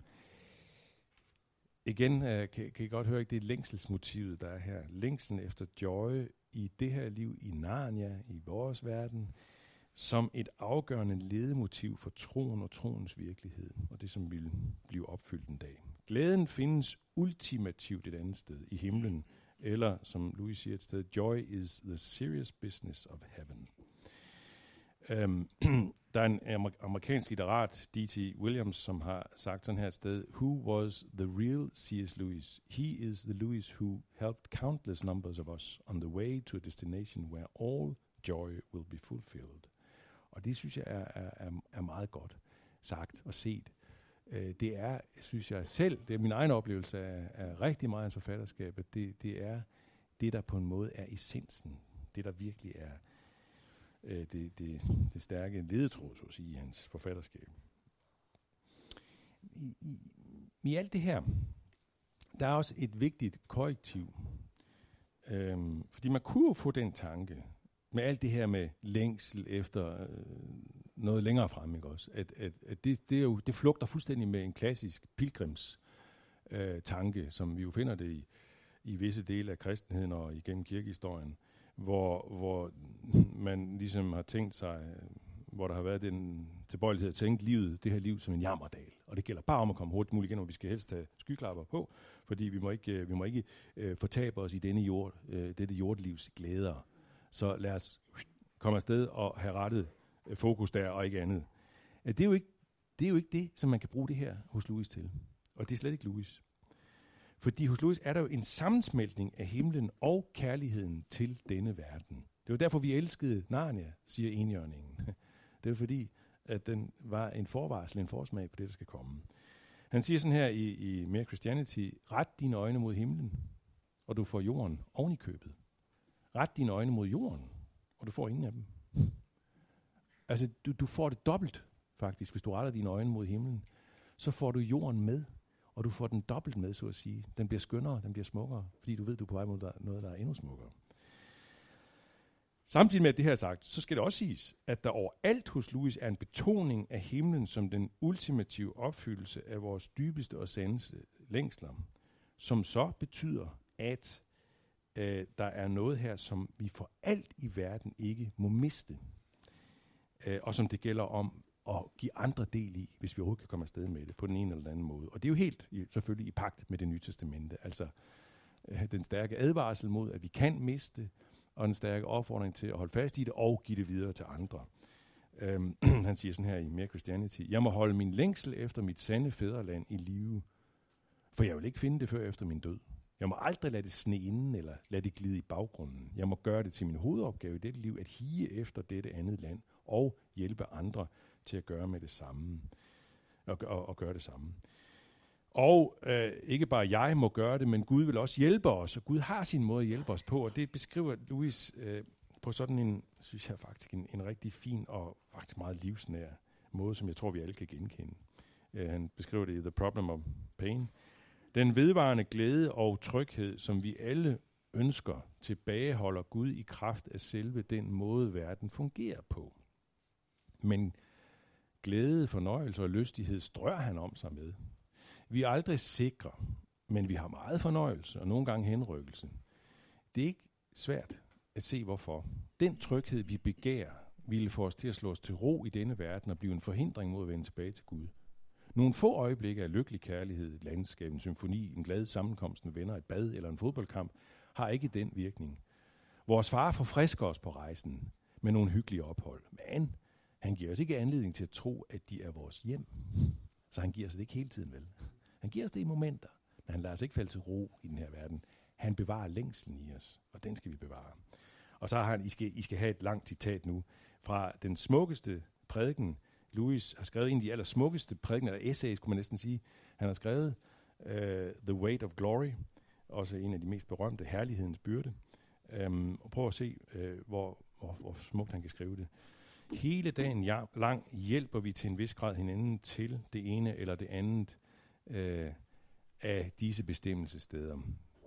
Igen kan I godt høre, ikke, det er længselsmotivet, der er her. Længslen efter joy i det her liv, i Narnia, i vores verden, som et afgørende ledemotiv for troen og troens virkelighed, og det, som vil blive opfyldt en dag. Glæden findes ultimativt et andet sted, i himlen, eller som Louis siger et sted, joy is the serious business of heaven. Der er en amerikansk litterat, D.T. Williams, som har sagt sådan her et sted: Who was the real C.S. Lewis? He is the Lewis who helped countless numbers of us on the way to a destination where all joy will be fulfilled. Og det synes jeg er meget godt sagt og set. Det er, synes jeg selv, det er min egen oplevelse af rigtig meget af forfatterskabet, det er det, der på en måde er essensen. Det, der virkelig er det stærke ledetråd, så at sige, i hans forfatterskab. I alt det her, der er også et vigtigt korrektiv. Fordi man kunne jo få den tanke, med alt det her med længsel efter noget længere frem, ikke også? At det flugter fuldstændig med en klassisk pilgrims tanke, som vi jo finder det i visse dele af kristenheden og igennem kirkehistorien, hvor man ligesom har tænkt sig, hvor der har været den tilbøjelighed at tænke det her liv som en jammerdal. Og det gælder bare om at komme hurtigt muligt igen, og vi skal helst have skyklapper på, fordi vi må ikke fortabe os i dette jordlivs glæder. Så lad os komme afsted og have rettet fokus der og ikke andet. Det er jo ikke det, som man kan bruge det her hos Lewis til. Og det er slet ikke Lewis. Fordi hos Lewis er der jo en sammensmeltning af himlen og kærligheden til denne verden. Det var derfor, vi elskede Narnia, siger enhjørningen. Det er fordi, at den var en forvarsel, en forsmag på det, der skal komme. Han siger sådan her i Mere Christianity: ret dine øjne mod himlen, og du får jorden oven i købet. Ret dine øjne mod jorden, og du får ingen af dem. Altså, du får det dobbelt, faktisk, hvis du retter dine øjne mod himlen. Så får du jorden med, og du får den dobbelt med, så at sige. Den bliver skønnere, den bliver smukkere, fordi du ved, du er på vej mod noget, der er endnu smukkere. Samtidig med at det her er sagt, så skal det også siges, at der overalt hos Lewis er en betoning af himlen som den ultimative opfyldelse af vores dybeste og sandeste længsler, som så betyder, at der er noget her, som vi for alt i verden ikke må miste, og som det gælder om at give andre del i, hvis vi overhovedet kan komme afsted med det på den ene eller den anden måde. Og det er jo helt selvfølgelig i pagt med det nye testamente. Altså den stærke advarsel mod, at vi kan miste, og den stærke opfordring til at holde fast i det og give det videre til andre. Han siger sådan her i Mere Christianity: jeg må holde min længsel efter mit sande fædreland i live, for jeg vil ikke finde det før efter min død. Jeg må aldrig lade det sne inden, eller lade det glide i baggrunden. Jeg må gøre det til min hovedopgave i dette liv, at hige efter dette andet land, og hjælpe andre til at gøre med det samme. Og gøre det samme. Og ikke bare jeg må gøre det, men Gud vil også hjælpe os, og Gud har sin måde at hjælpe os på, og det beskriver Louis på sådan en, synes jeg faktisk, en rigtig fin og faktisk meget livsnær måde, som jeg tror, vi alle kan genkende. Han beskriver det i The Problem of Pain. Den vedvarende glæde og tryghed, som vi alle ønsker, tilbageholder Gud i kraft af selve den måde, verden fungerer på. Men glæde, fornøjelse og lystighed strør han om sig med. Vi er aldrig sikre, men vi har meget fornøjelse og nogle gange henrykkelse. Det er ikke svært at se hvorfor. Den tryghed, vi begærer, ville få os til at slå os til ro i denne verden og blive en forhindring mod at vende tilbage til Gud. Nogle få øjeblikke af lykkelig kærlighed, et landskab, en symfoni, en glad sammenkomst med venner, et bad eller en fodboldkamp, har ikke den virkning. Vores far forfrisker os på rejsen med nogle hyggelige ophold, men han giver os ikke anledning til at tro, at de er vores hjem. Så han giver os det ikke hele tiden, vel? Han giver os det i momenter, men han lader os ikke falde til ro i den her verden. Han bevarer længslen i os, og den skal vi bevare. Og så har han, I skal have et langt citat nu, fra den smukkeste prædiken. Louis har skrevet en af de allersmukkeste prædikener, eller essays, kunne man næsten sige. Han har skrevet The Weight of Glory, også en af de mest berømte, Herlighedens byrde. Og prøv at se, hvor smukt han kan skrive det. Hele dagen lang hjælper vi til en vis grad hinanden til det ene eller det andet af disse bestemmelsessteder.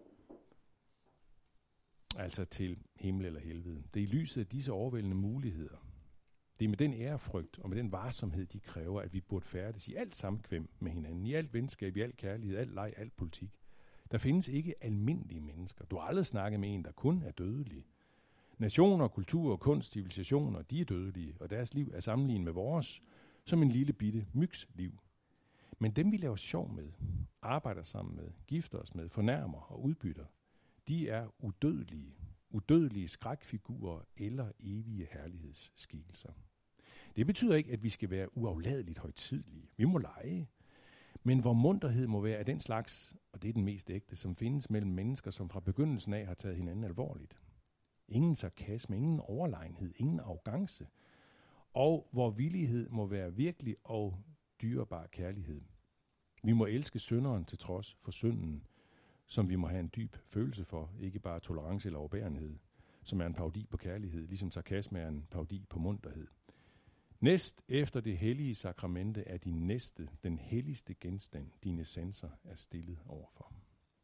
Altså til himmel eller helvede. Det er i lyset af disse overvældende muligheder. Det er med den ærefrygt og med den varsomhed, de kræver, at vi burde færdes i alt samkvem med hinanden, i alt venskab, i alt kærlighed, alt leg, alt politik. Der findes ikke almindelige mennesker. Du har aldrig snakket med en, der kun er dødelig. Nationer, kultur, kunst, civilisationer, de er dødelige, og deres liv er sammenlignet med vores, som en lille bitte mygs liv. Men dem, vi laver sjov med, arbejder sammen med, gifter os med, fornærmer og udbytter, de er udødelige skrækfigurer eller evige herlighedsskikkelser. Det betyder ikke, at vi skal være uafladeligt højtidelige. Vi må lege. Men hvor munterhed må være af den slags, og det er den mest ægte, som findes mellem mennesker, som fra begyndelsen af har taget hinanden alvorligt. Ingen sarkasme, ingen overlegenhed, ingen arrogance. Og hvor villighed må være virkelig og dyrebar kærlighed. Vi må elske synderen til trods for synden, som vi må have en dyb følelse for, ikke bare tolerance eller overbærenhed, som er en parodi på kærlighed, ligesom sarkasme er en parodi på munterhed. Næst efter det hellige sakramente er din næste, den helligste genstand, dine sanser er stillet overfor.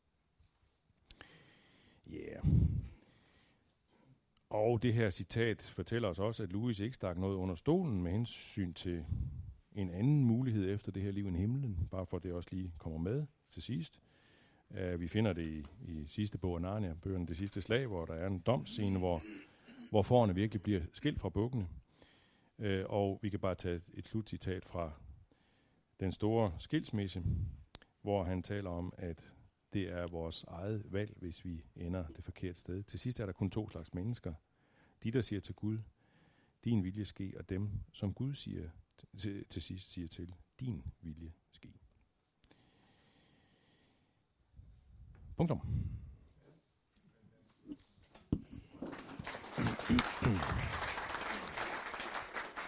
Yeah. Og det her citat fortæller os også, at Louis ikke stak noget under stolen med hensyn til en anden mulighed efter det her liv end himlen, bare for at det også lige kommer med til sidst. Vi finder det i sidste bog af Narnia, bøgerne Det sidste slag, hvor der er en domsscene, hvor fårene virkelig bliver skilt fra bukkene. Og vi kan bare tage et slutcitat fra den store skilsmisse, hvor han taler om, at det er vores eget valg, hvis vi ender det forkerte sted. Til sidst er der kun 2 slags mennesker. De, der siger til Gud, din vilje ske, og dem, som Gud siger til sidst siger til, din vilje ske. Punktum.